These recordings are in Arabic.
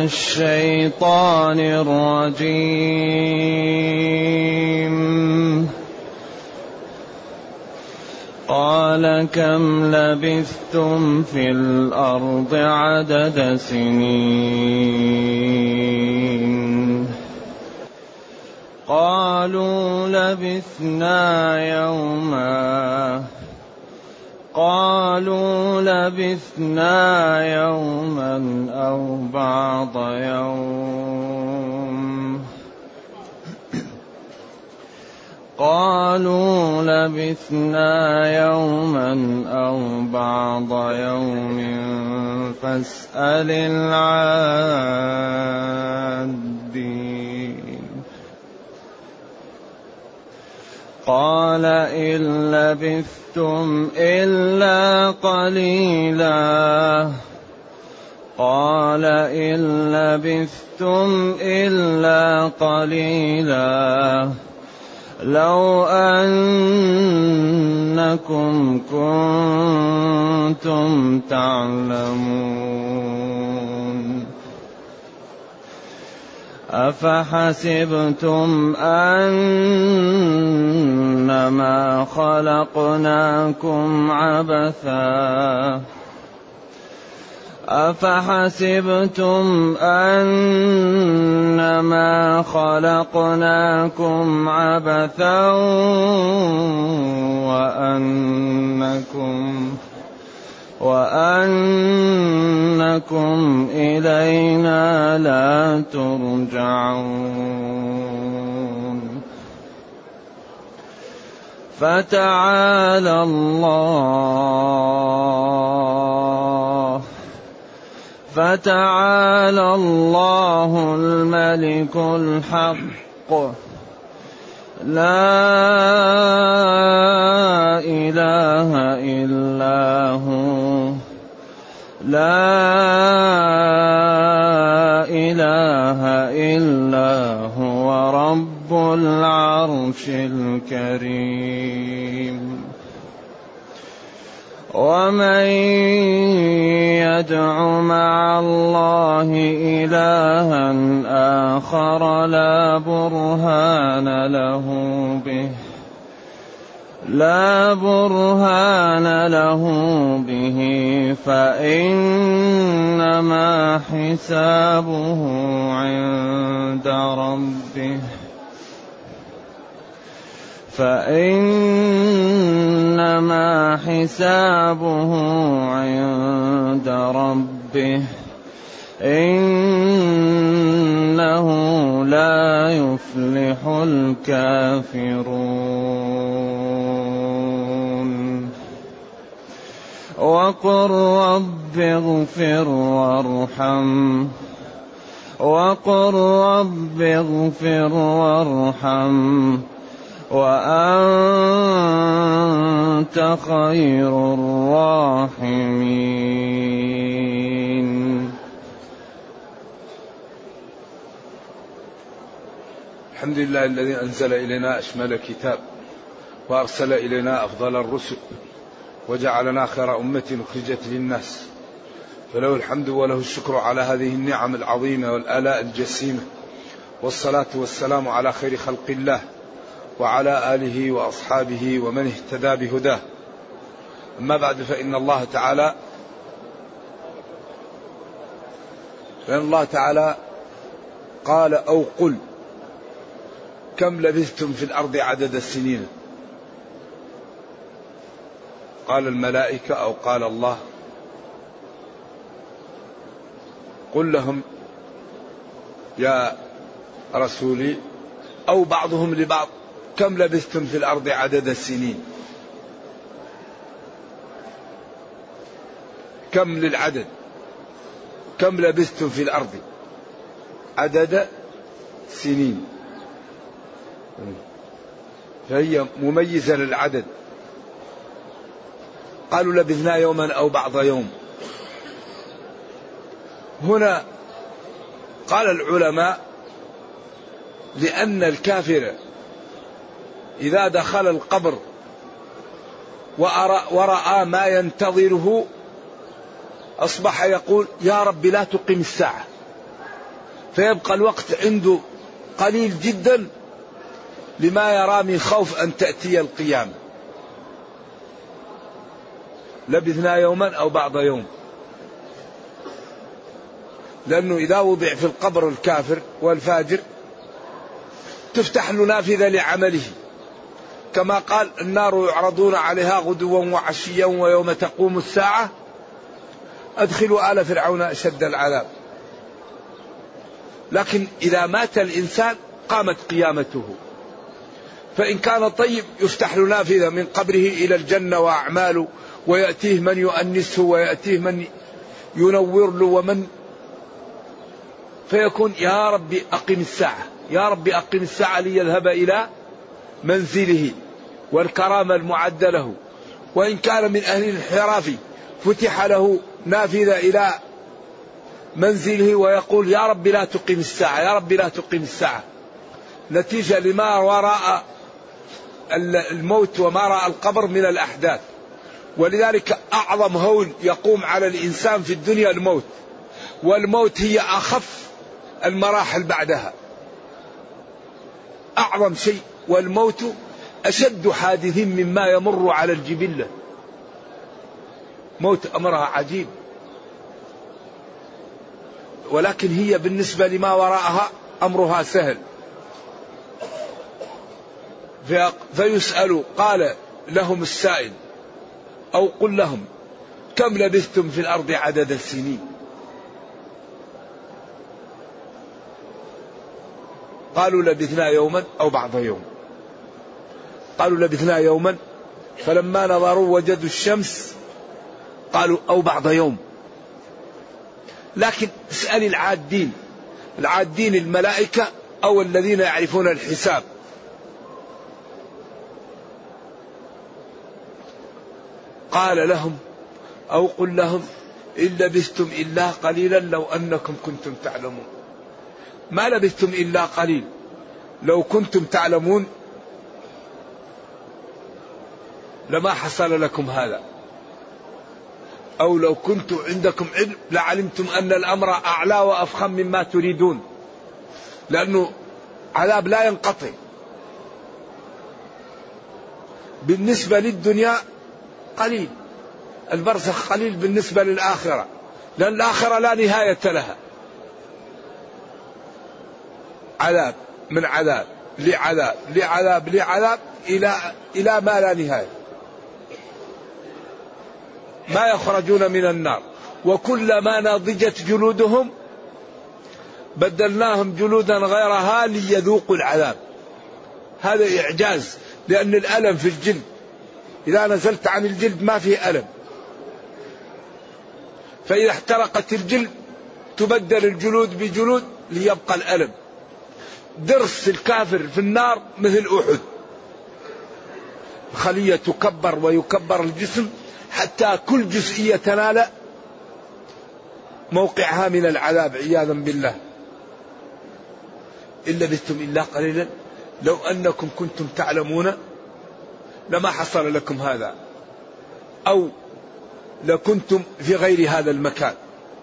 الشيطان الرجيم. قال كم لبثتم في الأرض عدد سنين؟ قالوا لبثنا يوما. قالوا لبثنا يوما أو بعض يوم. قالوا لبثنا يوما أو بعض يوم فاسأل العادين. قال إن لبثتم إلا قليلا. قال إن لبثتم إلا قليلا لو أنكم كنتم تعلمون. أفحسبتم أنما خلقناكم عبثا. أفحسبتم أنما خلقناكم عبثا وأنكم إلينا لا ترجعون. فتعالى الله الملك الحق لا إله إلا هو رب العرش الكريم. ومن يدع مع الله إلها آخر لا برهان له به فإنما حسابه عند ربه إنه لا يفلح الكافرون. وقل رب اغفر وارحم وأنت خير الراحمين. الحمد لله الذي أنزل إلينا أشمل كتاب وأرسل إلينا أفضل الرسل وجعلنا خير أمة أخرجت للناس، فله الحمد وله الشكر على هذه النعم العظيمة والآلاء الجسيمة، والصلاة والسلام على خير خلق الله وعلى آله وأصحابه ومن اهتدى بهداه. أما بعد، فإن الله تعالى قال أو قل كم لبثتم في الأرض عدد السنين. قال الملائكة أو قال الله قل لهم يا رسولي أو بعضهم لبعض كم لبثتم في الأرض عدد السنين. كم للعدد، كم لبثتم في الأرض عدد سنين، فهي مميزة للعدد. قالوا لبثنا يوما أو بعض يوم. هنا قال العلماء لأن الكافر إذا دخل القبر ورأى ما ينتظره أصبح يقول يا رب لا تقم الساعة، فيبقى الوقت عنده قليل جدا لما يرى من خوف أن تأتي القيامة. لبثنا يوما أو بعض يوم، لأنه إذا وضع في القبر الكافر والفاجر تفتح له نافذة لعمله، كما قال النار يعرضون عليها غدوا وعشيا ويوم تقوم الساعة أدخلوا آل فرعون أشد العذاب. لكن إذا مات الإنسان قامت قيامته، فإن كان طيب يفتح له نافذة من قبره إلى الجنة وأعماله، ويأتيه من يؤنسه ويأتيه من ينور له ومن، فيكون يا ربي أقم الساعة، يا ربي أقم الساعة ليذهب إلى منزله والكرامة المعدة له. وإن كان من أهل الانحراف فتح له نافذة إلى منزله ويقول يا رب لا تقيم الساعة، يا رب لا تقيم الساعة، نتيجة لما وراء الموت وما وراء القبر من الأحداث. ولذلك أعظم هول يقوم على الإنسان في الدنيا الموت، والموت هي أخف المراحل بعدها، أعظم شيء، والموت أشد حادث مما يمر على الجبلة. موت أمرها عجيب، ولكن هي بالنسبة لما وراءها أمرها سهل. فيسأل قال لهم السائل أو قل لهم كم لبثتم في الأرض عدد السنين؟ قالوا لبثنا يوما أو بعض يوم. قالوا لبثنا يوما، فلما نظروا وجدوا الشمس قالوا أو بعض يوم. لكن اسأل العادين الملائكة أو الذين يعرفون الحساب. قال لهم أو قل لهم إن لبثتم إلا قليلا لو أنكم كنتم تعلمون. ما لبثتم إلا قليل، لو كنتم تعلمون لما حصل لكم هذا، أو لو كنتم عندكم علم لعلمتم أن الأمر أعلى وأفخم مما تريدون، لأنه عذاب لا ينقطع. بالنسبة للدنيا قليل، البرزخ قليل بالنسبة للآخرة، لأن الآخرة لا نهاية لها، عذاب من عذاب لعذاب لعذاب لعذاب إلى ما لا نهاية، ما يخرجون من النار. وكلما نضجت جلودهم بدلناهم جلودا غيرها ليذوقوا العذاب. هذا إعجاز، لأن الألم في الجلد إذا نزلت عن الجلد ما فيه ألم، فإذا احترقت الجلد تبدل الجلود بجلود ليبقى الألم. درس الكافر في النار مثل أحد، خلية تكبر ويكبر الجسم حتى كل جزئية تنال موقعها من العذاب عياذا بالله. إن لبثتم إلا قليلا لو أنكم كنتم تعلمون لما حصل لكم هذا، أو لكنتم في غير هذا المكان.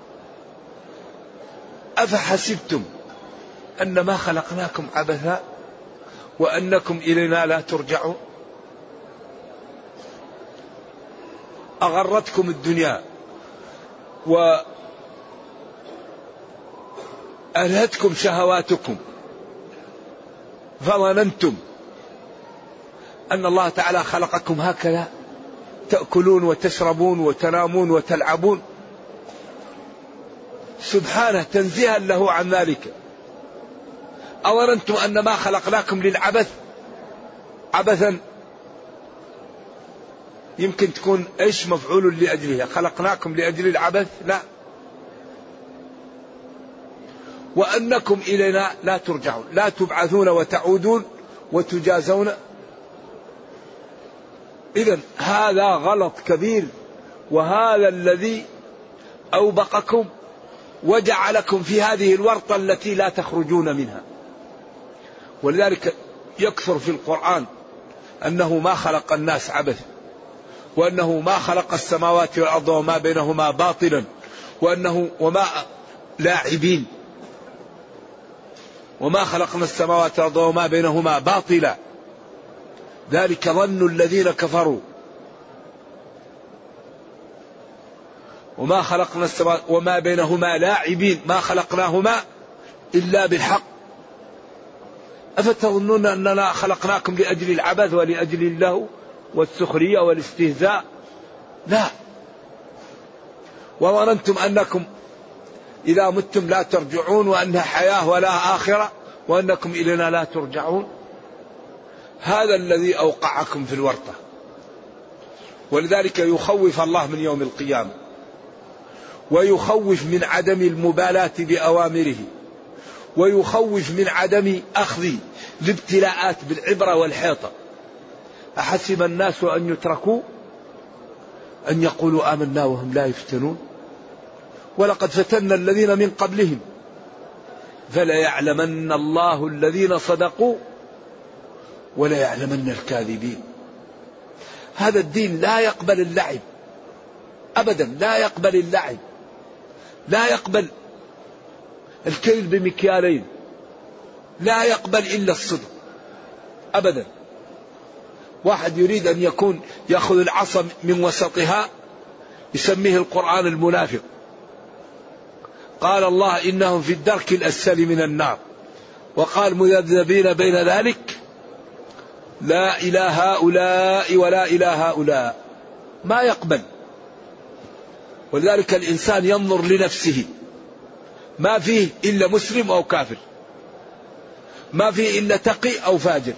أفحسبتم أنما خلقناكم عبثا وأنكم إلينا لا ترجعون؟ أغرتكم الدنيا وألهتكم شهواتكم فظننتم أن الله تعالى خلقكم هكذا تأكلون وتشربون وتنامون وتلعبون. سبحانه تنزيها له عن ذلك. أظننتم أن ما خلقناكم للعبث، عبثا يمكن تكون ايش مفعول لأجلها، خلقناكم لأجل العبث؟ لا. وأنكم إلينا لا ترجعون، لا تبعثون وتعودون وتجازون. إذن هذا غلط كبير، وهذا الذي أوبقكم وجعلكم في هذه الورطة التي لا تخرجون منها. ولذلك يكثر في القرآن أنه ما خلق الناس عبث، وأنه ما خلق السماوات والأرض وما بينهما باطلا، وأنه وما لاعبين. وما خلقنا السماوات والأرض وما بينهما باطلا ذلك ظن الذين كفروا وما خلقنا السماوات وما بينهما لاعبين ما خلقناهما إلا بالحق أفتظنون أننا خلقناكم لأجل العبث ولأجل اللهو والسخرية والاستهزاء؟ لا. وظننتم أنكم إذا متم لا ترجعون وأنها حياة ولا آخرة وأنكم إلينا لا ترجعون. هذا الذي أوقعكم في الورطة. ولذلك يخوف الله من يوم القيامة ويخوف من عدم المبالاة بأوامره ويخوف من عدم أخذ الابتلاءات بالعبرة والحيطة. أحسب الناس أن يتركوا أن يقولوا آمنا وهم لا يفتنون ولقد فتنا الذين من قبلهم فليعلمن الله الذين صدقوا وليعلمن الكاذبين. هذا الدين لا يقبل اللعب أبدا، لا يقبل اللعب، لا يقبل الكيل بمكيالين، لا يقبل إلا الصدق أبدا. واحد يريد أن يكون يأخذ العصا من وسطها يسميه القرآن المنافق. قال الله إنهم في الدرك الأسفل من النار وقال مذبذبين بين ذلك لا إله هؤلاء ولا إله هؤلاء. ما يقبل. ولذلك الإنسان ينظر لنفسه ما فيه إلا مسلم أو كافر، ما فيه إلا تقي أو فاجر،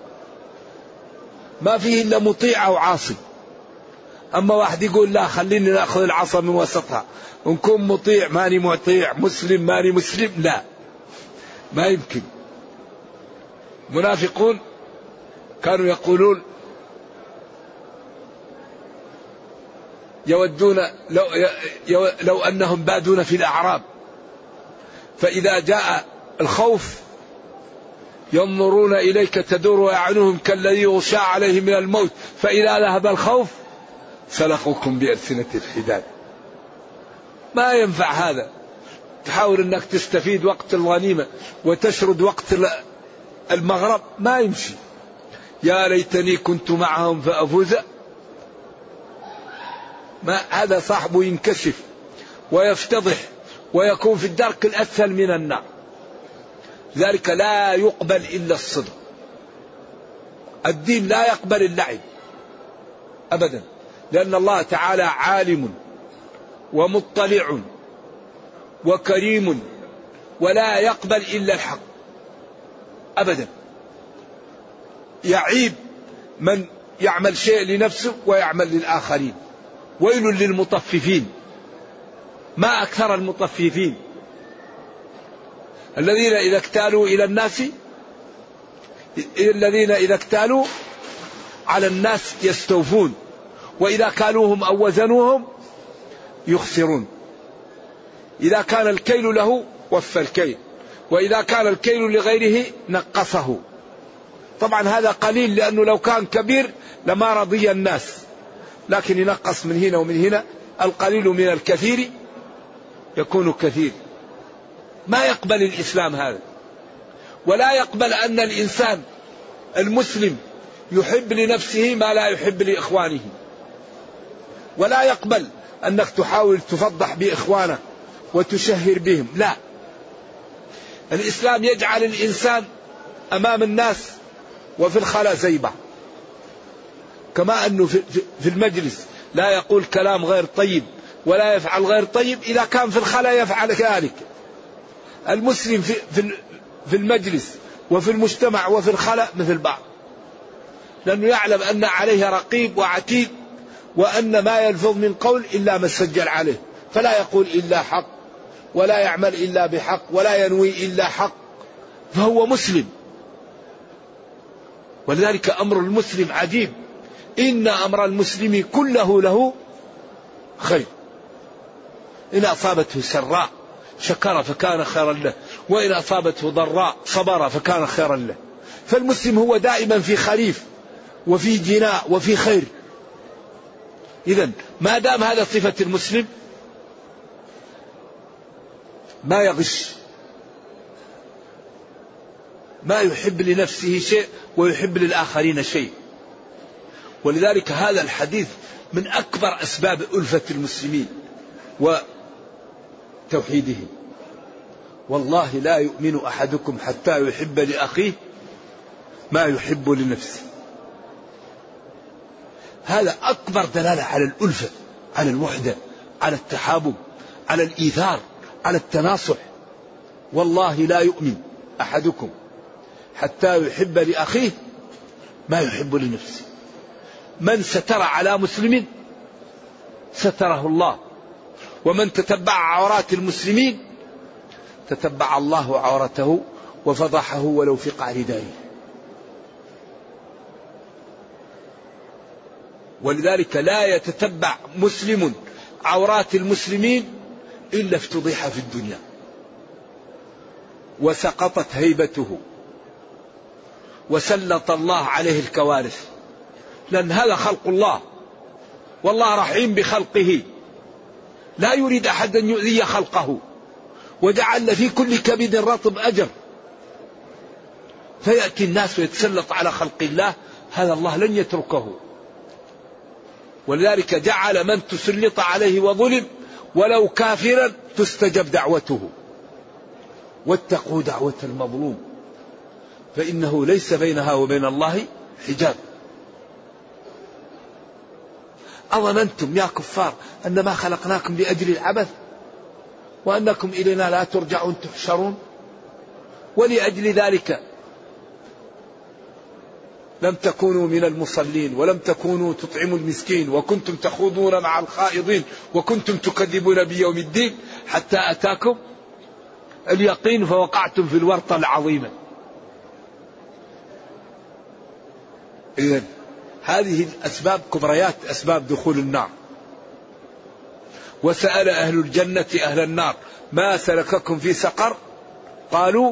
ما فيه إلا مطيع أو عاصي. أما واحد يقول لا خليني نأخذ العصا من وسطها ونكون مطيع ماني مطيع، مسلم ماني مسلم، لا، ما يمكن. منافقون كانوا يقولون يودون لو أنهم بادون في الأعراب فإذا جاء الخوف ينظرون إليك تدور أعينهم كالذي يغشى عليه من الموت فإذا ذهب الخوف سلقوكم بألسنة الحداد. ما ينفع هذا. تحاول أنك تستفيد وقت الغنيمة وتشرد وقت المغرب، ما يمشي. يا ليتني كنت معهم فأفوز. ما هذا صاحبه ينكشف ويفتضح ويكون في الدرك الأسفل من النار. ذلك لا يقبل إلا الصدق. الدين لا يقبل اللعب أبدا، لأن الله تعالى عالم ومطلع وكريم ولا يقبل إلا الحق أبدا. يعيب من يعمل شيء لنفسه ويعمل للآخرين. ويل للمطففين. ما أكثر المطففين الذين إذا اكتالوا إلى الناس الذين إذا اكتالوا على الناس يستوفون وإذا كالوهم أو وزنوهم يخسرون. إذا كان الكيل له وفى الكيل وإذا كان الكيل لغيره نقصه. طبعا هذا قليل لأنه لو كان كبير لما رضي الناس، لكن ينقص من هنا ومن هنا. القليل من الكثير يكون كثير. ما يقبل الإسلام هذا. ولا يقبل أن الإنسان المسلم يحب لنفسه ما لا يحب لإخوانه. ولا يقبل أنك تحاول تفضح بإخوانك وتشهر بهم، لا. الإسلام يجعل الإنسان أمام الناس وفي الخلاء زي بعض. كما أنه في المجلس لا يقول كلام غير طيب ولا يفعل غير طيب، إذا كان في الخلاء يفعل ذلك. المسلم في المجلس وفي المجتمع وفي الخلاء مثل بعض، لأنه يعلم أن عليه رقيب وعتيد وأن ما يلفظ من قول إلا ما سجل عليه، فلا يقول إلا حق ولا يعمل إلا بحق ولا ينوي إلا حق، فهو مسلم. ولذلك أمر المسلم عجيب. إن أمر المسلم كله له خير. إن أصابته سراء شكر فكان خيرا له وإن أصابته ضراء صبر فكان خيرا له. فالمسلم هو دائما في خريف وفي جناء وفي خير. إذن ما دام هذا صفة المسلم ما يغش ما يحب لنفسه شيء ويحب للآخرين شيء. ولذلك هذا الحديث من أكبر أسباب ألفة المسلمين وتوحيدهم. والله لا يؤمن أحدكم حتى يحب لأخيه ما يحب لنفسه. هذا أكبر دلالة على الألفة، على الوحدة، على التحابب، على الإيثار، على التناصح. والله لا يؤمن أحدكم حتى يحب لأخيه ما يحب لنفسه. من ستر على مسلم ستره الله، ومن تتبع عورات المسلمين تتبع الله عورته وفضحه ولو في قعر داره. ولذلك لا يتتبع مسلم عورات المسلمين إلا افتضح في الدنيا وسقطت هيبته وسلط الله عليه الكوارث، لأن هذا خلق الله، والله رحيم بخلقه لا يريد أحد أن يؤذي خلقه، وجعل في كل كبد رطب أجر. فيأتي الناس ويتسلط على خلق الله، هذا الله لن يتركه. ولذلك جعل من تسلط عليه وظلم ولو كافرا تستجب دعوته. واتقوا دعوة المظلوم فإنه ليس بينها وبين الله حجاب. أظننتم يا كفار أنما خلقناكم لأجل العبث وأنكم إلينا لا ترجعون تحشرون. ولأجل ذلك لم تكونوا من المصلين ولم تكونوا تطعموا المسكين وكنتم تخوضون مع الخائضين وكنتم تكذبون بيوم الدين حتى أتاكم اليقين فوقعتم في الورطة العظيمة. إذن هذه الأسباب كبريات أسباب دخول النار. وسأل أهل الجنة أهل النار ما سلككم في سقر؟ قالوا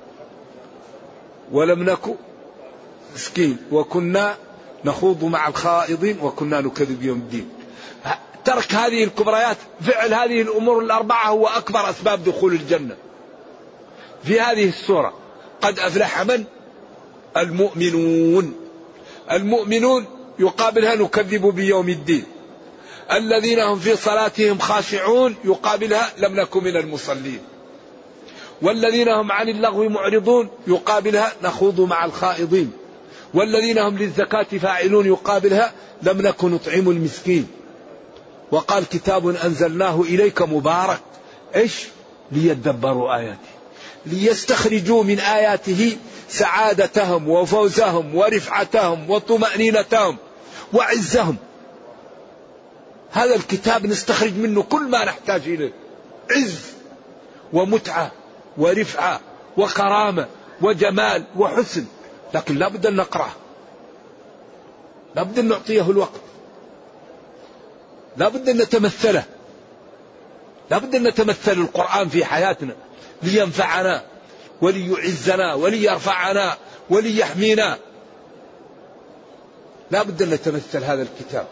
ولم نكن مسكين وكنا نخوض مع الخائضين وكنا نكذب يوم الدين. ترك هذه الكبريات، فعل هذه الأمور الأربعة هو أكبر أسباب دخول الجنة. في هذه السورة قد أفلح من؟ المؤمنون. المؤمنون يقابلها نكذب بيوم الدين. الذين هم في صلاتهم خاشعون يقابلها لم نكن من المصلين. والذين هم عن اللغو معرضون يقابلها نخوض مع الخائضين. والذين هم للزكاة فاعلون يقابلها لم نكن نطعم المسكين. وقال كتاب أنزلناه إليك مبارك إيش؟ ليدبروا آياته ليستخرجوا من آياته سعادتهم وفوزهم ورفعتهم وطمأنينتهم وعزهم. هذا الكتاب نستخرج منه كل ما نحتاج إليه، عز ومتعة ورفعة وكرامة وجمال وحسن، لكن لا بد أن نقرأه، لا بد أن نعطيه الوقت، لا بد أن نتمثله، لا بد أن نتمثل القرآن في حياتنا لينفعنا وليعزنا وليرفعنا وليحمينا. لا بد أن نتمثل هذا الكتاب.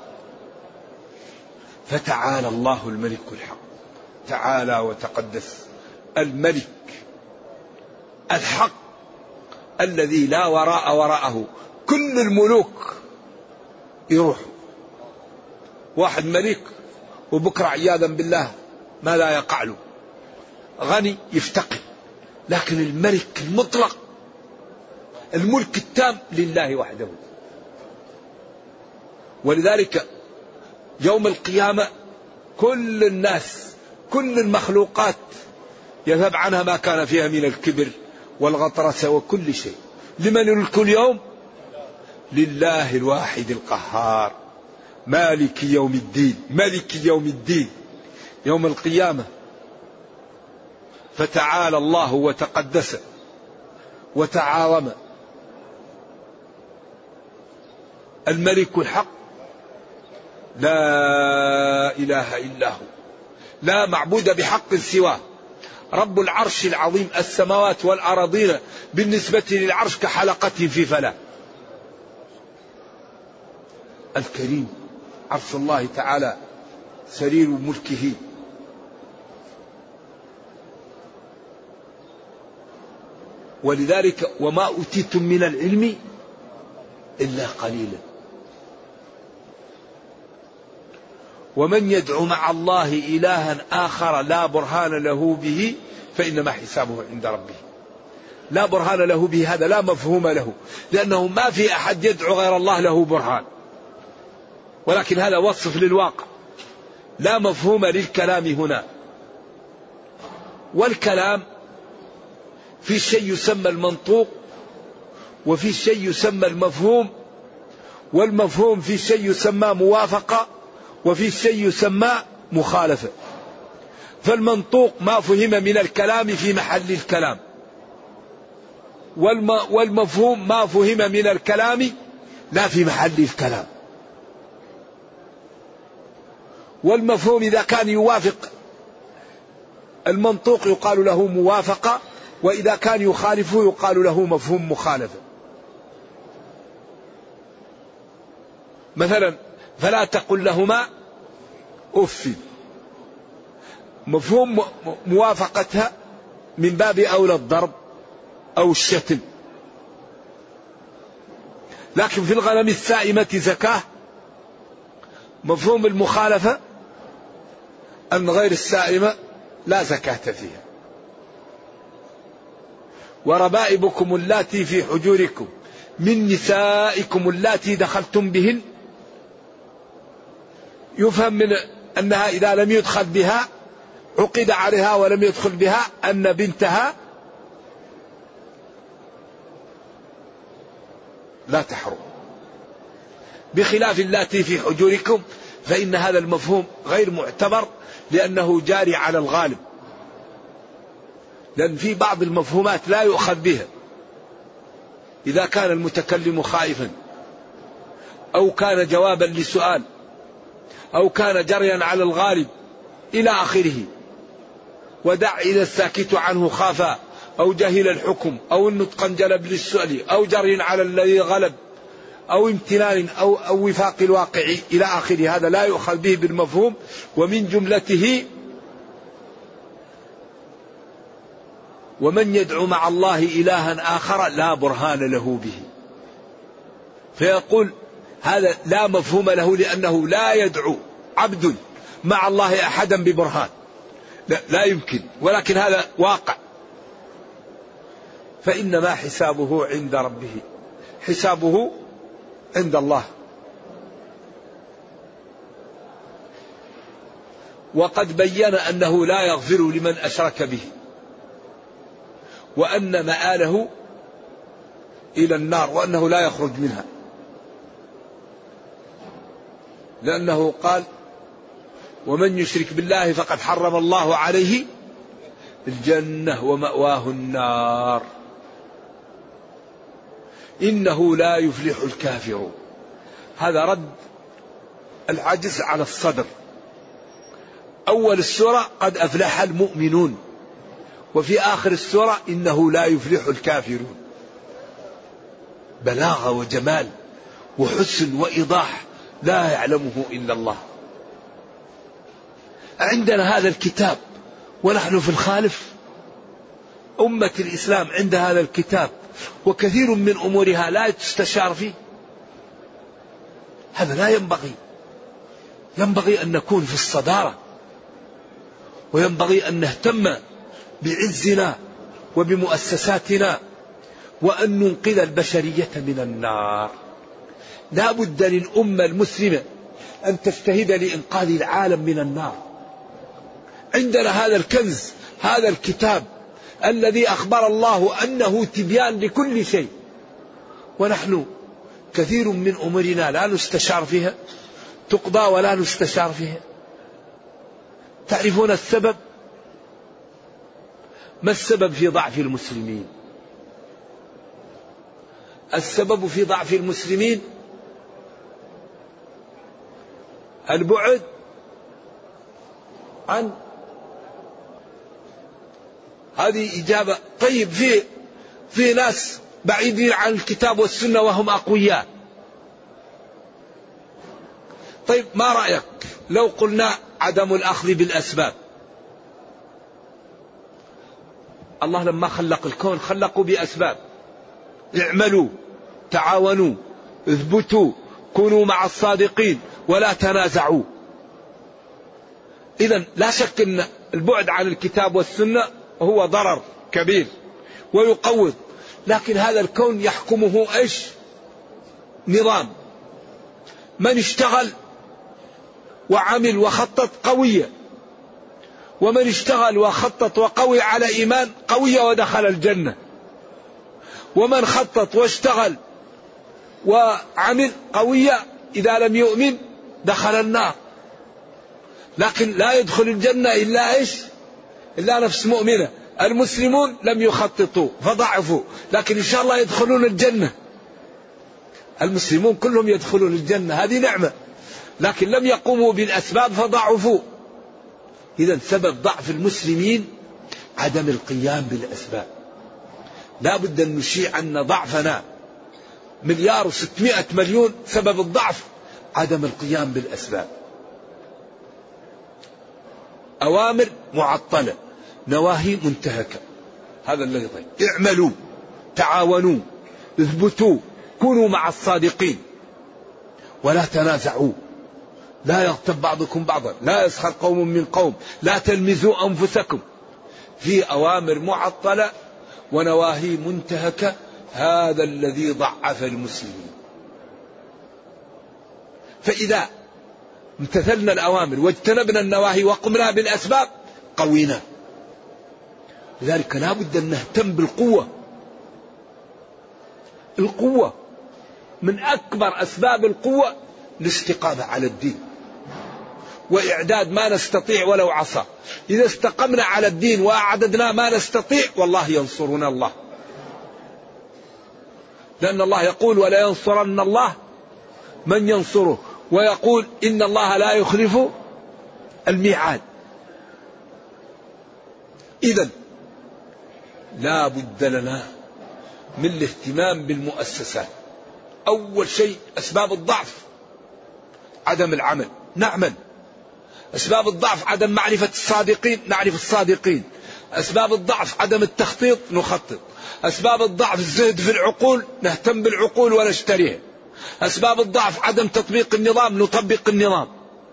فتعالى الله الملك الحق، تعالى وتقدس الملك الحق الذي لا وراء وراءه. كل الملوك يروح واحد ملك وبكرة عياذا بالله ما لا يقع له، غني يفتقر، لكن الملك المطلق الملك التام لله وحده. ولذلك يوم القيامة كل الناس كل المخلوقات يذهب عنها ما كان فيها من الكبر والغطرسة وكل شيء. لمن الملك اليوم؟ لله الواحد القهار مالك يوم الدين، ملك يوم الدين يوم القيامة. فتعالى الله وتقدس وتعاظم الملك الحق لا إله إلا هو، لا معبود بحق سواه، رب العرش العظيم. السماوات والأراضين بالنسبة للعرش كحلقة في فلاة. الكريم عرش الله تعالى سرير ملكه. ولذلك وما أوتيتم من العلم إلا قليلا. ومن يدعو مع الله إلها آخر لا برهان له به فإنما حسابه عند ربه. لا برهان له به هذا لا مفهوم له، لأنه ما في أحد يدعو غير الله له برهان، ولكن هذا وصف للواقع، لا مفهوم للكلام هنا. والكلام في شيء يسمى المنطوق، وفي شيء يسمى المفهوم، والمفهوم في شيء يسمى موافقة، وفي شيء يسمى مخالفة. فالمنطوق ما فهم من الكلام في محل الكلام، والمفهوم ما فهم من الكلام لا في محل الكلام. والمفهوم إذا كان يوافق المنطوق يقال له موافقة، وإذا كان يخالفه يقال له مفهوم مخالفة. مثلا فلا تقل لهما أف، مفهوم موافقتها من باب أولى الضرب أو الشتم. لكن في الغنم السائمة زكاة، مفهوم المخالفة أن غير السائمة لا زكاة فيها. وربائبكم اللاتي في حجوركم من نسائكم اللاتي دخلتم بهن، يفهم من أنها إذا لم يدخل بها عقد عليها ولم يدخل بها أن بنتها لا تحرم، بخلاف اللاتي في حجوركم فإن هذا المفهوم غير معتبر لأنه جاري على الغالب، لأن في بعض المفهومات لا يؤخذ بها إذا كان المتكلم خائفا، أو كان جوابا لسؤال، أو كان جريا على الغالب إلى آخره. ودع إذا الساكت عنه خافا، أو جهل الحكم، أو النطق انجلب للسؤال، أو جري على الذي غلب، أو امتنان أو وفاق الواقع إلى آخره. هذا لا يؤخذ به بالمفهوم. ومن جملته ومن يدعو مع الله إلها آخر لا برهان له به، فيقول هذا لا مفهوم له، لأنه لا يدعو عبد مع الله أحدا ببرهان، لا يمكن، ولكن هذا واقع. فإنما حسابه عند ربه، حسابه عند الله. وقد بين أنه لا يغفر لمن أشرك به، وأن مآله إلى النار، وأنه لا يخرج منها، لأنه قال ومن يشرك بالله فقد حرم الله عليه الجنة ومأواه النار إنه لا يفلح الكافرون. هذا رد العجز على الصدر. أول السورة قد أفلح المؤمنون، وفي آخر السورة إنه لا يفلح الكافرون. بلاغة وجمال وحسن وإيضاح لا يعلمه إلا الله. عندنا هذا الكتاب ونحن في الخالف. أمة الإسلام عند هذا الكتاب وكثير من أمورها لا تستشار فيه. هذا لا ينبغي. ينبغي أن نكون في الصدارة، وينبغي أن نهتم بعزنا وبمؤسساتنا، وأن ننقذ البشرية من النار. لا بد للأمة المسلمة أن تجتهد لإنقاذ العالم من النار. عندنا هذا الكنز، هذا الكتاب الذي أخبر الله أنه تبيان لكل شيء، ونحن كثير من أمورنا لا نستشار فيها، تقضى ولا نستشار فيها. تعرفون السبب؟ ما السبب في ضعف المسلمين؟ السبب في ضعف المسلمين البعد عن هذه إجابة. طيب في ناس بعيدين عن الكتاب والسنة وهم أقوياء. طيب ما رأيك لو قلنا عدم الأخذ بالأسباب، الله لما خلق الكون خلقوا بأسباب. اعملوا، تعاونوا، اثبتوا، كونوا مع الصادقين، ولا تنازعوا. إذن لا شك أن البعد عن الكتاب والسنة هو ضرر كبير ويقوض، لكن هذا الكون يحكمه إيش؟ نظام. من اشتغل وعمل وخطط قوية، ومن اشتغل وخطط وقوي على إيمان قوية ودخل الجنة، ومن خطط واشتغل وعمل قوية إذا لم يؤمن دخل النار. لكن لا يدخل الجنة إلا إيش؟ إلا نفس مؤمنة. المسلمون لم يخططوا فضعفوا، لكن إن شاء الله يدخلون الجنة. المسلمون كلهم يدخلون الجنة، هذه نعمة، لكن لم يقوموا بالأسباب فضعفوا. إذن سبب ضعف المسلمين عدم القيام بالأسباب. لا بد أن نشيع أن ضعفنا 1,600,000,000 سبب الضعف عدم القيام بالأسباب. أوامر معطلة، نواهي منتهكة، هذا الذي طيب. اعملوا، تعاونوا، اثبتوا، كونوا مع الصادقين، ولا تنازعوا، لا يغتب بعضكم بعضا، لا يسخر قوم من قوم، لا تلمزوا أنفسكم. في أوامر معطلة ونواهي منتهكة، هذا الذي ضعف المسلمين. فإذا امتثلنا الأوامر واجتنبنا النواهي وقمنا بالأسباب قوينا. لذلك لا بد أن نهتم بالقوة. القوة من أكبر أسباب القوة الاستقامة على الدين، وإعداد ما نستطيع ولو عصا. إذا استقمنا على الدين وأعددنا ما نستطيع والله ينصرنا الله، لأن الله يقول ولا ينصرن الله من ينصره، ويقول إن الله لا يخلف الميعاد. إذن لا بد لنا من الاهتمام بالمؤسسات. أول شيء أسباب الضعف عدم العمل، نعمل. أسباب الضعف عدم معرفة الصادقين، نعرف الصادقين. أسباب الضعف عدم التخطيط، نخطط. أسباب الضعف الزهد في العقول، نهتم بالعقول ونشتريها. أسباب الضعف عدم تطبيق النظام، نطبق النظام.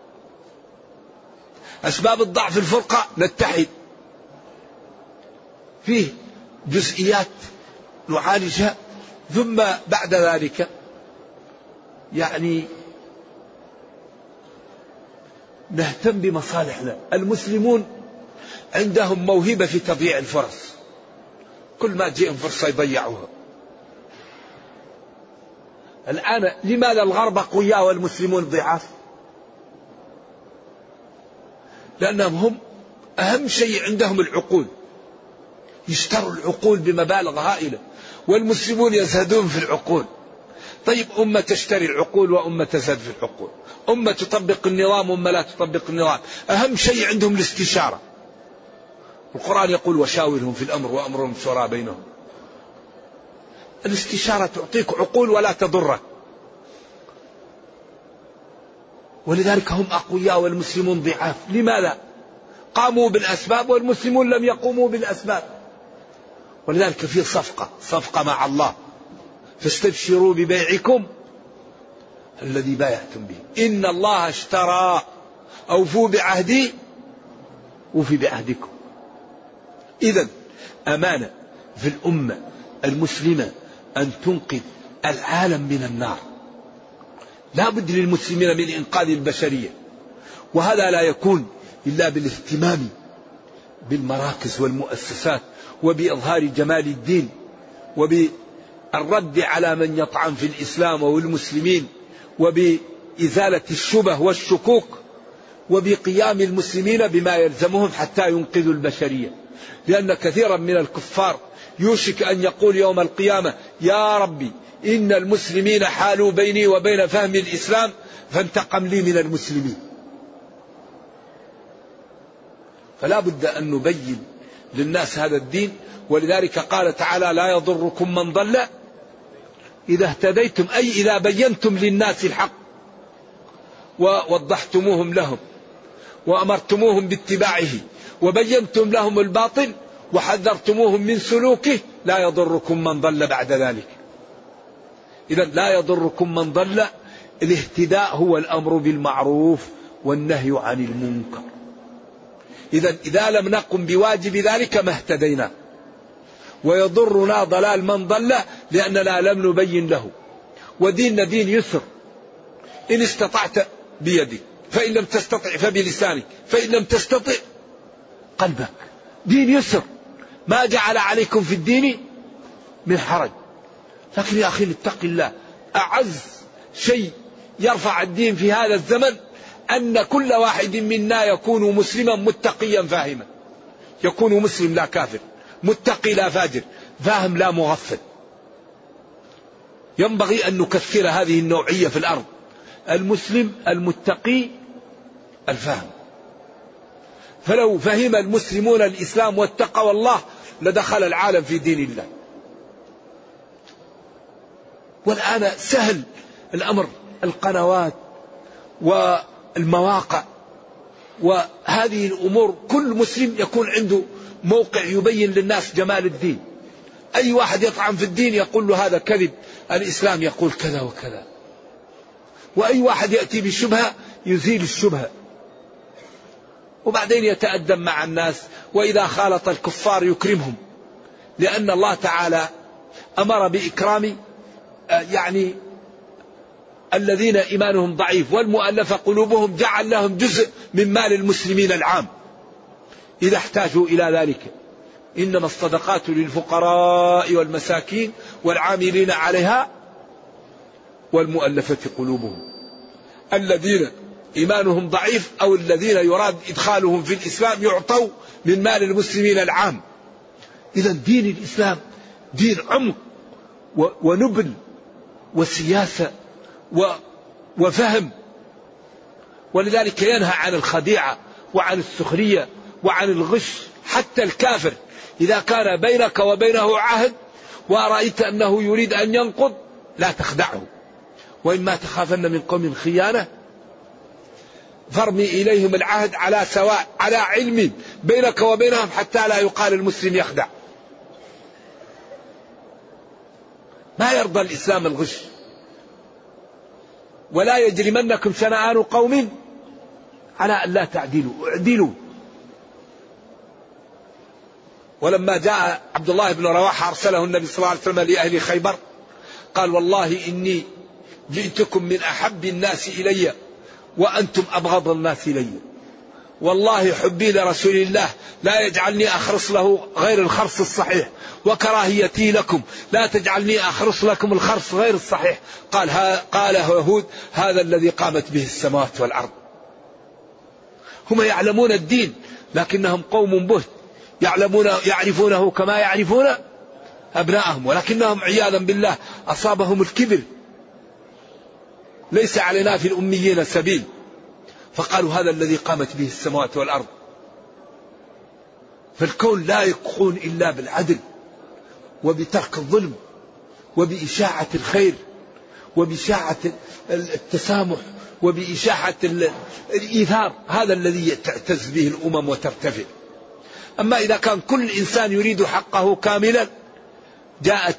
أسباب الضعف الفرقة، نتحد. فيه جزئيات نعالجها، ثم بعد ذلك نهتم بمصالحنا. المسلمون عندهم موهبة في تضييع الفرص، كل ما تجيهم فرصة يضيعوها. الآن لماذا الغرب أقوياء والمسلمون ضعاف؟ لأنهم هم أهم شيء عندهم العقول، يشتروا العقول بمبالغ هائلة، والمسلمون يزهدون في العقول. طيب أمة تشتري العقول وأمة تزهد في العقول، أمة تطبق النظام وأمة لا تطبق النظام. أهم شيء عندهم الاستشارة. القرآن يقول وشاورهم في الأمر وأمرهم شورى بينهم. الاستشارة تعطيك عقول ولا تضرك، ولذلك هم أقوياء والمسلمون ضعاف. لماذا؟ قاموا بالأسباب والمسلمون لم يقوموا بالأسباب. ولذلك في صفقة مع الله، فاستبشروا ببيعكم الذي بايعتم به، إن الله اشترى، أوفوا بعهدي وفي بعهدكم. إذن أمانة في الأمة المسلمة أن تنقذ العالم من النار. لا بد للمسلمين من إنقاذ البشرية، وهذا لا يكون إلا بالاهتمام بالمراكز والمؤسسات، وبإظهار جمال الدين، وبالرد على من يطعن في الإسلام والمسلمين، وبإزالة الشبه والشكوك، وبقيام المسلمين بما يلزمهم حتى ينقذوا البشرية. لأن كثيرا من الكفار يوشك أن يقول يوم القيامة يا ربي إن المسلمين حالوا بيني وبين فهم الإسلام فانتقم لي من المسلمين. فلا بد أن نبين للناس هذا الدين. ولذلك قال تعالى لا يضركم من ضل إذا اهتديتم، أي إذا بينتم للناس الحق ووضحتموهم لهم وأمرتموهم باتباعه، وبينتم لهم الباطل وحذرتموهم من سلوكه لا يضركم من ضل بعد ذلك. إذا لا يضركم من ضل، الاهتداء هو الأمر بالمعروف والنهي عن المنكر. إذا لم نقم بواجب ذلك ما اهتدينا، ويضرنا ضلال من ضل لأننا لم نبين له. وديننا دين يسر، إن استطعت بيدك، فإن لم تستطع فبلسانك، فإن لم تستطع قلبك. دين يسر، ما جعل عليكم في الدين من حرج. لكن يا أخي اتق الله، أعز شيء يرفع الدين في هذا الزمن أن كل واحد منا يكون مسلما متقيا فاهما. يكون مسلم لا كافر، متقي لا فاجر، فاهم لا مغفل. ينبغي أن نكثر هذه النوعية في الأرض، المسلم المتقي الفاهم. فلو فهم المسلمون الإسلام واتقوا الله لدخل العالم في دين الله. والآن سهل الأمر، القنوات والمواقع وهذه الأمور، كل مسلم يكون عنده موقع يبين للناس جمال الدين. أي واحد يطعن في الدين يقول له هذا كذب، الإسلام يقول كذا وكذا. وأي واحد يأتي بشبهة يزيل الشبهة، وبعدين يتأدب مع الناس. وإذا خالط الكفار يكرمهم، لأن الله تعالى أمر بإكرام يعني الذين إيمانهم ضعيف والمؤلف قلوبهم، جعل لهم جزء من مال المسلمين العام إذا احتاجوا إلى ذلك. إنما الصدقات للفقراء والمساكين والعاملين عليها والمؤلفة قلوبهم، الذين إيمانهم ضعيف أو الذين يراد إدخالهم في الإسلام يعطوا من مال المسلمين العام. إذا دين الإسلام دين عمق ونبل وسياسة وفهم. ولذلك ينهى عن الخديعة وعن السخرية وعن الغش. حتى الكافر إذا كان بينك وبينه عهد ورأيت أنه يريد أن ينقض لا تخدعه، وإما تخافن من قوم خيانة فارمي إليهم العهد على سواء، على علم بينك وبينهم، حتى لا يقال المسلم يخدع. ما يرضى الإسلام الغش. ولا يجرمنكم شنآن قوم على أن لا تعدلوا، اعدلوا. ولما جاء عبد الله بن رواحة أرسله النبي صلى الله عليه وسلم لأهل خيبر قال والله إني جئتكم من أحب الناس إلي وأنتم أبغض الناس إلي. والله حبي لرسول الله لا يجعلني أخرص له غير الخرص الصحيح، وكراهيتي لكم لا تجعلني أخرص لكم الخرص غير الصحيح. قال يهود هذا الذي قامت به السماوات والأرض. هم يعلمون الدين لكنهم قوم بهت، يعرفونه كما يعرفون أبناءهم، ولكنهم عياذا بالله أصابهم الكبر. ليس علينا في الأميين سبيل. فقالوا هذا الذي قامت به السماوات والأرض. فالكون لا يقوم إلا بالعدل وبترك الظلم وبإشاعة الخير وبإشاعة التسامح وبإشاعة الإيثار. هذا الذي تعتز به الأمم وترتفع. أما إذا كان كل إنسان يريد حقه كاملا جاء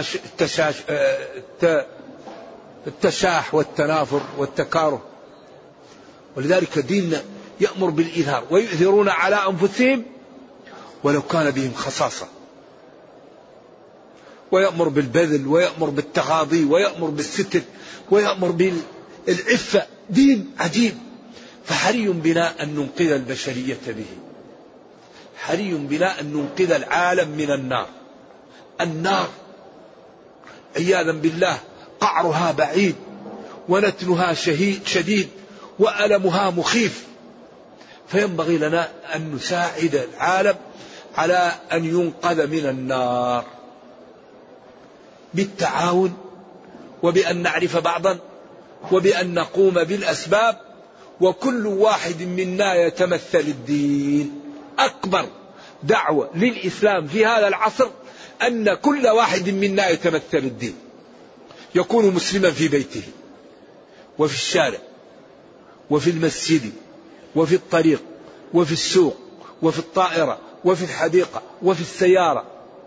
التشاح والتنافر والتكاره. ولذلك ديننا يأمر بالإيثار، ويؤثرون على أنفسهم ولو كان بهم خصاصة، ويأمر بالبذل، ويأمر بالتغاضي، ويأمر بالستر، ويأمر بالعفة. دين عجيب. فحري بنا أن ننقذ البشرية به، حري بنا أن ننقذ العالم من النار. النار عياذا بالله قعرها بعيد ونتنها شديد وألمها مخيف. فينبغي لنا أن نساعد العالم على أن ينقذ من النار بالتعاون، وبأن نعرف بعضا، وبأن نقوم بالأسباب. وكل واحد منا يتمثل الدين. أكبر دعوة للإسلام في هذا العصر أن كل واحد منا يتمثل الدين، يكون مسلما في بيته وفي الشارع وفي المسجد وفي الطريق وفي السوق وفي الطائرة وفي الحديقة وفي السيارة،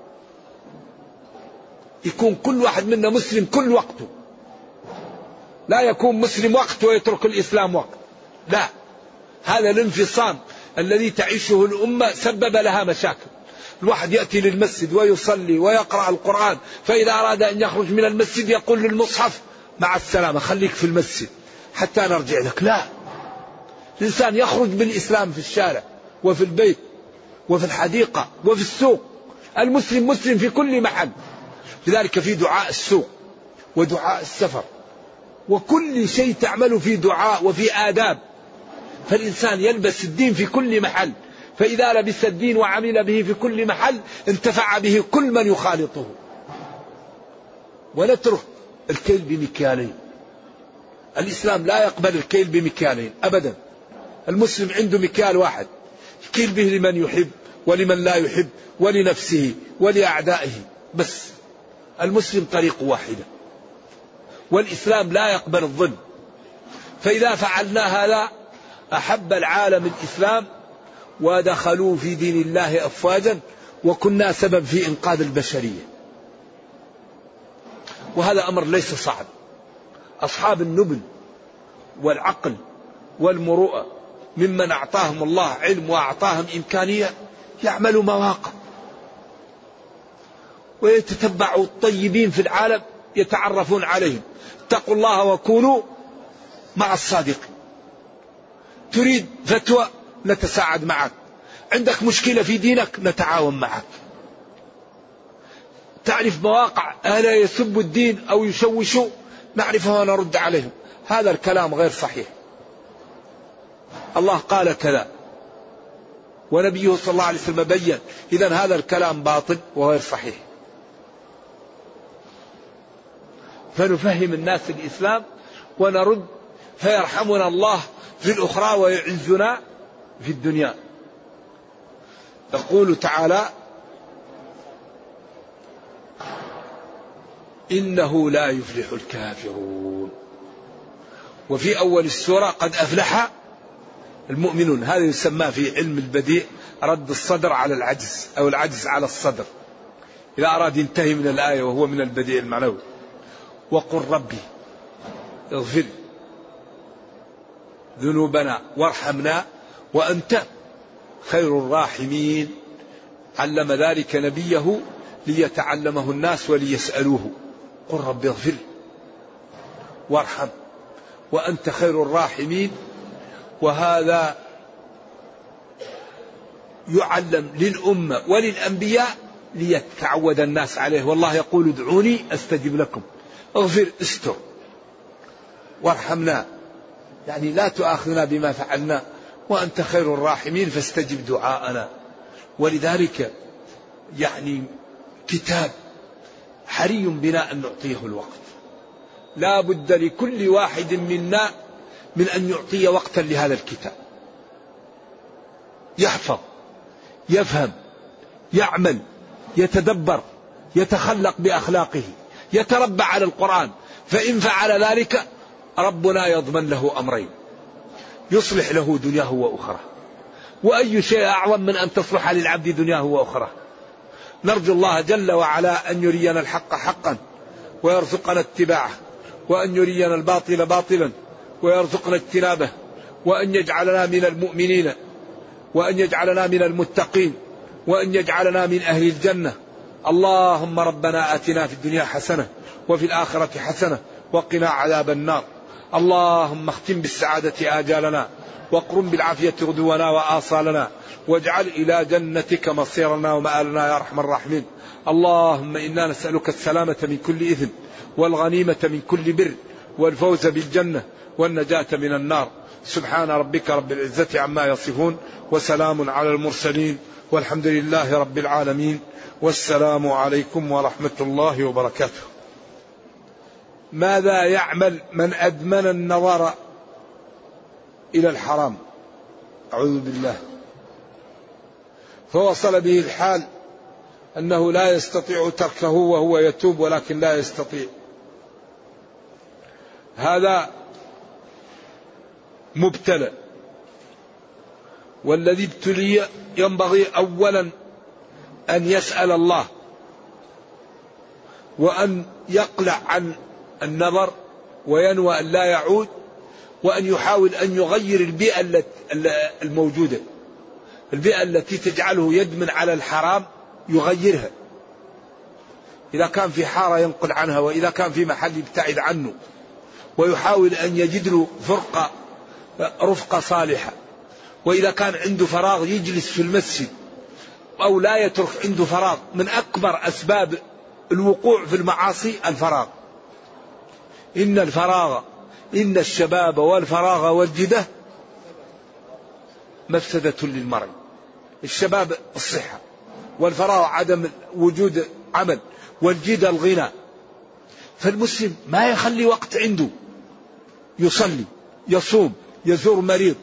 يكون كل واحد منا مسلم كل وقته، لا يكون مسلم وقت ويترك الإسلام وقت، لا، هذا الانفصام الذي تعيشه الأمة سبب لها مشاكل. الواحد يأتي للمسجد ويصلي ويقرأ القرآن، فإذا أراد أن يخرج من المسجد يقول للمصحف مع السلامة خليك في المسجد حتى نرجع لك. لا، الإنسان يخرج بالإسلام في الشارع وفي البيت وفي الحديقة وفي السوق. المسلم مسلم في كل محل. لذلك في دعاء السوق ودعاء السفر وكل شيء تعمل في دعاء وفي آداب، فالإنسان يلبس الدين في كل محل، فإذا لبس الدين وعمل به في كل محل انتفع به كل من يخالطه. ونترك الكيل بمكيالين. الإسلام لا يقبل الكيل بمكيالين أبدا. المسلم عنده مكيال واحد يكيل به لمن يحب ولمن لا يحب ولنفسه ولأعدائه بس. المسلم طريق واحدة، والإسلام لا يقبل الظلم. فإذا فعلنا هذا أحب العالم الإسلام ودخلوا في دين الله أفواجا، وكنا سبب في إنقاذ البشرية. وهذا أمر ليس صعب. أصحاب النبل والعقل والمروءة ممن أعطاهم الله علم وأعطاهم إمكانية يعملوا مواقع ويتتبعوا الطيبين في العالم يتعرفون عليهم. اتقوا الله وكونوا مع الصادقين. تريد فتوى نتساعد معك، عندك مشكلة في دينك نتعاون معك. تعرف مواقع أهل يسبوا الدين أو يشوشوا نعرفها ونرد عليهم. هذا الكلام غير صحيح. الله قال كذا ونبيه صلى الله عليه وسلم بين، إذن هذا الكلام باطل وغير صحيح. فنفهم الناس الإسلام ونرد، فيرحمنا الله في الأخرى ويعزنا في الدنيا. يقول تعالى: إنه لا يفلح الكافرون. وفي أول السورة: قد أفلح المؤمنون. هذا يسمى في علم البديع رد الصدر على العجز أو العجز على الصدر، إذا أراد ينتهي من الآية وهو من البديع المعنوي. وقل ربي اغفر ذنوبنا وارحمنا وأنت خير الراحمين. علم ذلك نبيه ليتعلمه الناس وليسألوه. قل رب اغفر وارحم وأنت خير الراحمين. وهذا يعلم للأمة وللأنبياء ليتعود الناس عليه. والله يقول: ادعوني أستجب لكم. اغفر، استر، وارحمنا، يعني لا تؤاخذنا بما فعلنا، وأنت خير الراحمين فاستجب دعاءنا. ولذلك يعني كتاب حري بنا أن نعطيه الوقت. لا بد لكل واحد منا من أن يعطي وقتا لهذا الكتاب، يحفظ، يفهم، يعمل، يتدبر، يتخلق بأخلاقه، يتربى على القرآن. فإن فعل ذلك ربنا يضمن له أمرين: يصلح له دنياه وأخرى. وأي شيء أعظم من أن تصلح للعبد دنياه وأخرى. نرجو الله جل وعلا أن يرينا الحق حقا ويرزقنا اتباعه، وأن يرينا الباطل باطلا ويرزقنا اجتنابه، وأن يجعلنا من المؤمنين، وأن يجعلنا من المتقين، وأن يجعلنا من أهل الجنة. اللهم ربنا آتنا في الدنيا حسنة وفي الآخرة حسنة وقنا عذاب النار. اللهم اختم بالسعادة آجالنا، واقرم بالعافية غدونا وآصالنا، واجعل إلى جنتك مصيرنا ومآلنا يا أرحم الراحمين. اللهم إنا نسألك السلامة من كل إثم، والغنيمة من كل بر، والفوز بالجنة، والنجاة من النار. سبحان ربك رب العزة عما يصفون، وسلام على المرسلين، والحمد لله رب العالمين. والسلام عليكم ورحمة الله وبركاته. ماذا يعمل من أدمن النظر إلى الحرام؟ أعوذ بالله. فوصل به الحال أنه لا يستطيع تركه وهو يتوب، ولكن لا يستطيع. هذا مبتلى والذي ابتلي ينبغي أولا أن يسأل الله وأن يقلع عن النظر وينوى أن لا يعود، وأن يحاول أن يغير البيئة الموجودة، البيئة التي تجعله يدمن على الحرام يغيرها. إذا كان في حارة ينقل عنها، وإذا كان في محل يبتعد عنه، ويحاول أن يجد له رفقة صالحة. وإذا كان عنده فراغ يجلس في المسجد أو لا يترك عنده فراغ. من أكبر أسباب الوقوع في المعاصي الفراغ. إن الشباب والفراغ والجدة مفسدة للمرء. الشباب الصحة، والفراغ عدم وجود عمل، والجدة الغنى. فالمسلم ما يخلي وقت عنده يصلي، يصوم، يزور مريض،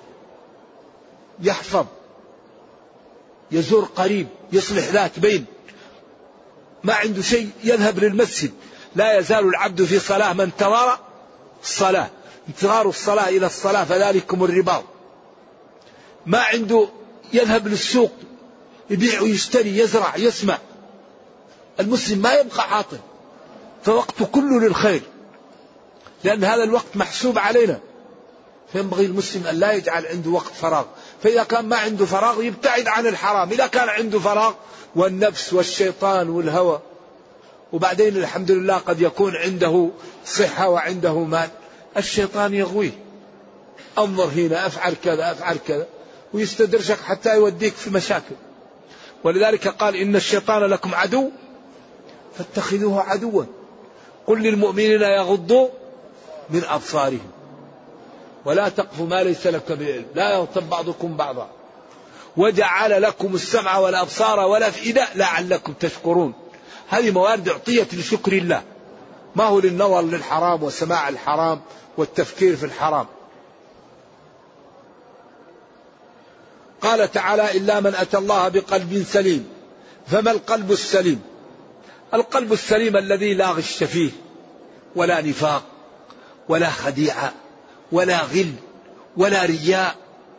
يحفظ، يزور قريب، يصلح ذات بين. ما عنده شيء يذهب للمسجد. لا يزال العبد في صلاة ما انتظر الصلاة. انتظار الصلاة إلى الصلاة فذلكم الرباط. ما عنده يذهب للسوق يبيع ويشتري، يزرع، يسمع. المسلم ما يبقى عاطل، فوقته كله للخير، لأن هذا الوقت محسوب علينا. فينبغي المسلم أن لا يجعل عنده وقت فراغ. فإذا كان ما عنده فراغ يبتعد عن الحرام. إذا كان عنده فراغ والنفس والشيطان والهوى، وبعدين الحمد لله قد يكون عنده صحة وعنده مال، الشيطان يغويه. انظر هنا، افعل كذا، افعل كذا، ويستدرجك حتى يوديك في مشاكل. ولذلك قال إن الشيطان لكم عدو فاتخذوه عدوا. قل للمؤمنين يغضوا من أبصارهم ولا تقف ما ليس لك بعلم لا يغتب بعضكم بعضا وجعل لكم السمع والأبصار والأفئدة لعلكم تشكرون. هذه موارد أعطيت لشكر الله، ما هو للنظر للحرام وسماع الحرام والتفكير في الحرام. قال تعالى إلا من أتى الله بقلب سليم. فما القلب السليم؟ القلب السليم الذي لا غش فيه ولا نفاق ولا خديعة ولا غل ولا رياء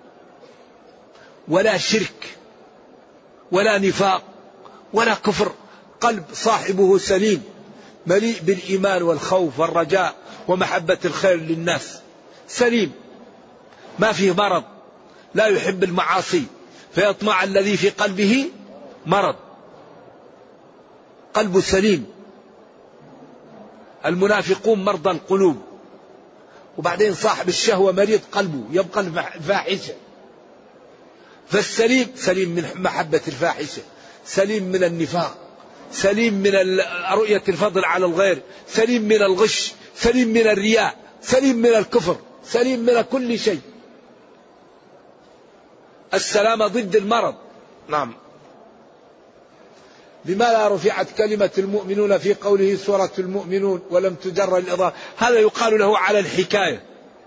ولا شرك ولا نفاق ولا كفر. قلب صاحبه سليم مليء بالإيمان والخوف والرجاء ومحبة الخير للناس. سليم ما فيه مرض، لا يحب المعاصي فيطمع الذي في قلبه مرض. قلب سليم. المنافقون مرضى القلوب، وبعدين صاحب الشهوة مريض قلبه يبقى الفاحشة. فالسليم سليم من محبة الفاحشة، سليم من النفاق، سليم من رؤية الفضل على الغير، سليم من الغش، سليم من الرياء، سليم من الكفر، سليم من كل شيء. السلامة ضد المرض. نعم. لماذا رفعت كلمة المؤمنون في قوله سورة المؤمنون ولم تجر الإضافة؟ هذا يقال له على الحكاية،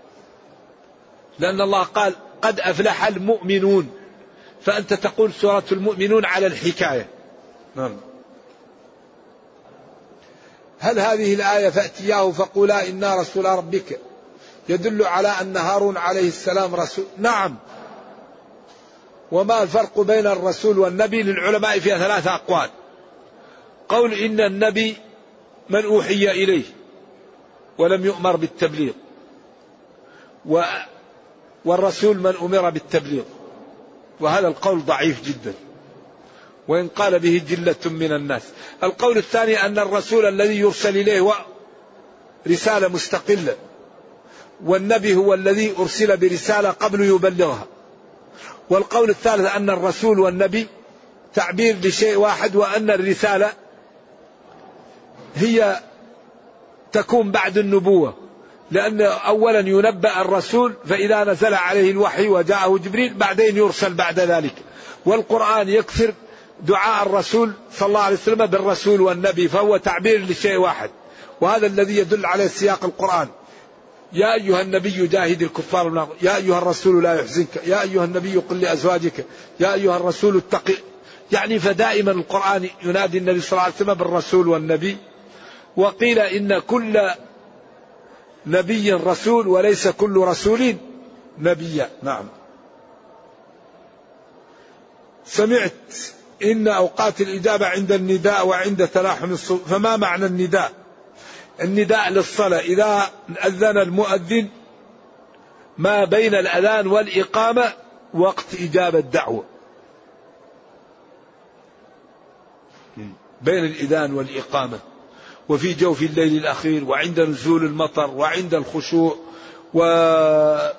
لأن الله قال قد أفلح المؤمنون، فأنت تقول سورة المؤمنون على الحكاية. نعم. هل هذه الآية فأتياه فقولا إنا رسول ربك يدل على أن هارون عليه السلام رسول؟ نعم. وما الفرق بين الرسول والنبي؟ للعلماء فيها 3 أقوال. قول إن النبي من أوحي إليه ولم يؤمر بالتبليغ، والرسول من أمر بالتبليغ، وهذا القول ضعيف جدا وإن قال به جلة من الناس. القول الثاني أن الرسول الذي يرسل إليه رسالة مستقلة، والنبي هو الذي أرسل برسالة قبل يبلغها. والقول الثالث أن الرسول والنبي تعبير لشيء واحد، وأن الرسالة هي تكون بعد النبوة، لأن أولا ينبأ الرسول فإذا نزل عليه الوحي وجاءه جبريل بعدين يرسل بعد ذلك. والقرآن يكثر دعاء الرسول صلى الله عليه وسلم بالرسول والنبي، فهو تعبير لشيء واحد، وهذا الذي يدل عليه سياق القرآن. يا أيها النبي جاهد الكفار، يا أيها الرسول لا يحزنك، يا أيها النبي قل لأزواجك، يا أيها الرسول اتق. يعني فدائما القرآن ينادي النبي صلى الله عليه وسلم بالرسول والنبي. وقيل إن كل نبي رسول وليس كل رسول نبيا. نعم. سمعت إن أوقات الإجابة عند النداء وعند تلاحم الصوت. فما معنى النداء؟ النداء للصلاة إذا أذن المؤذن ما بين الأذان والإقامة وقت إجابة الدعوة، بين الإذان والإقامة، وفي جوف الليل الأخير، وعند نزول المطر، وعند الخشوع، وعند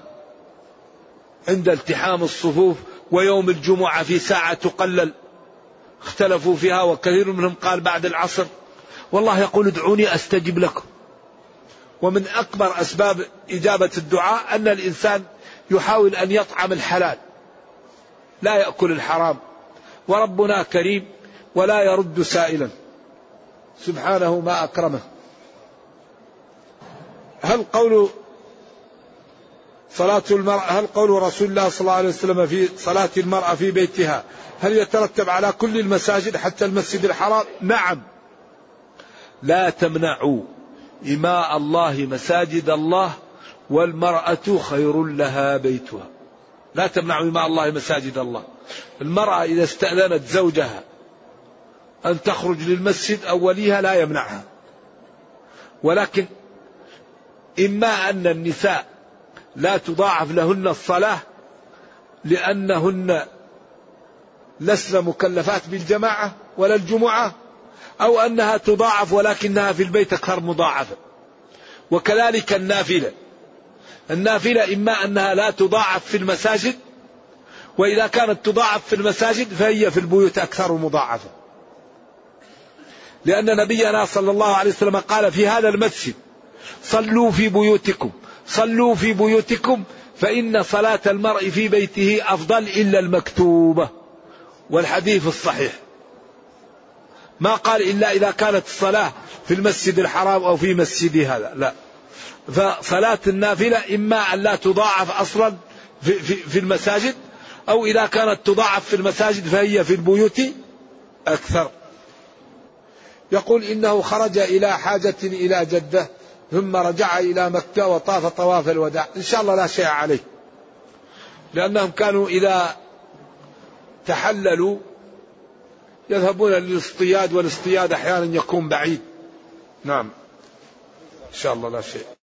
التحام الصفوف، ويوم الجمعة في ساعة تقلل اختلفوا فيها، وكثير منهم قال بعد العصر. والله يقول ادعوني أستجب لكم. ومن أكبر أسباب إجابة الدعاء أن الإنسان يحاول أن يطعم الحلال لا يأكل الحرام، وربنا كريم ولا يرد سائلا سبحانه ما أكرمه. هل قول رسول الله صلى الله عليه وسلم في صلاة المرأة في بيتها هل يترتب على كل المساجد حتى المسجد الحرام؟ نعم. لا تمنعوا إماء الله مساجد الله والمرأة خير لها بيتها. لا تمنعوا إماء الله مساجد الله. المرأة إذا استأذنت زوجها أن تخرج للمسجد أو وليها لا يمنعها، ولكن إما أن النساء لا تضاعف لهن الصلاة لأنهن لسن مكلفات بالجماعة ولا الجمعة، أو أنها تضاعف ولكنها في البيت أكثر مضاعفة. وكذلك النافلة إما أنها لا تضاعف في المساجد، وإذا كانت تضاعف في المساجد فهي في البيوت أكثر مضاعفة، لأن نبينا صلى الله عليه وسلم قال في هذا المسجد صلوا في بيوتكم، صلوا في بيوتكم، فإن صلاة المرء في بيته أفضل إلا المكتوبة. والحديث الصحيح ما قال إلا إذا كانت الصلاة في المسجد الحرام أو في مسجد هذا، لا. فصلاة النافلة إما أن لا تضاعف أصلا في المساجد، أو إذا كانت تضاعف في المساجد فهي في البيوت أكثر. يقول إنه خرج إلى حاجة إلى جدة ثم رجع إلى مكة وطاف طواف الوداع. إن شاء الله لا شيء عليه، لأنهم كانوا إذا تحللوا يذهبون للاصطياد، والاصطياد أحيانا يكون بعيد. نعم إن شاء الله لا شيء.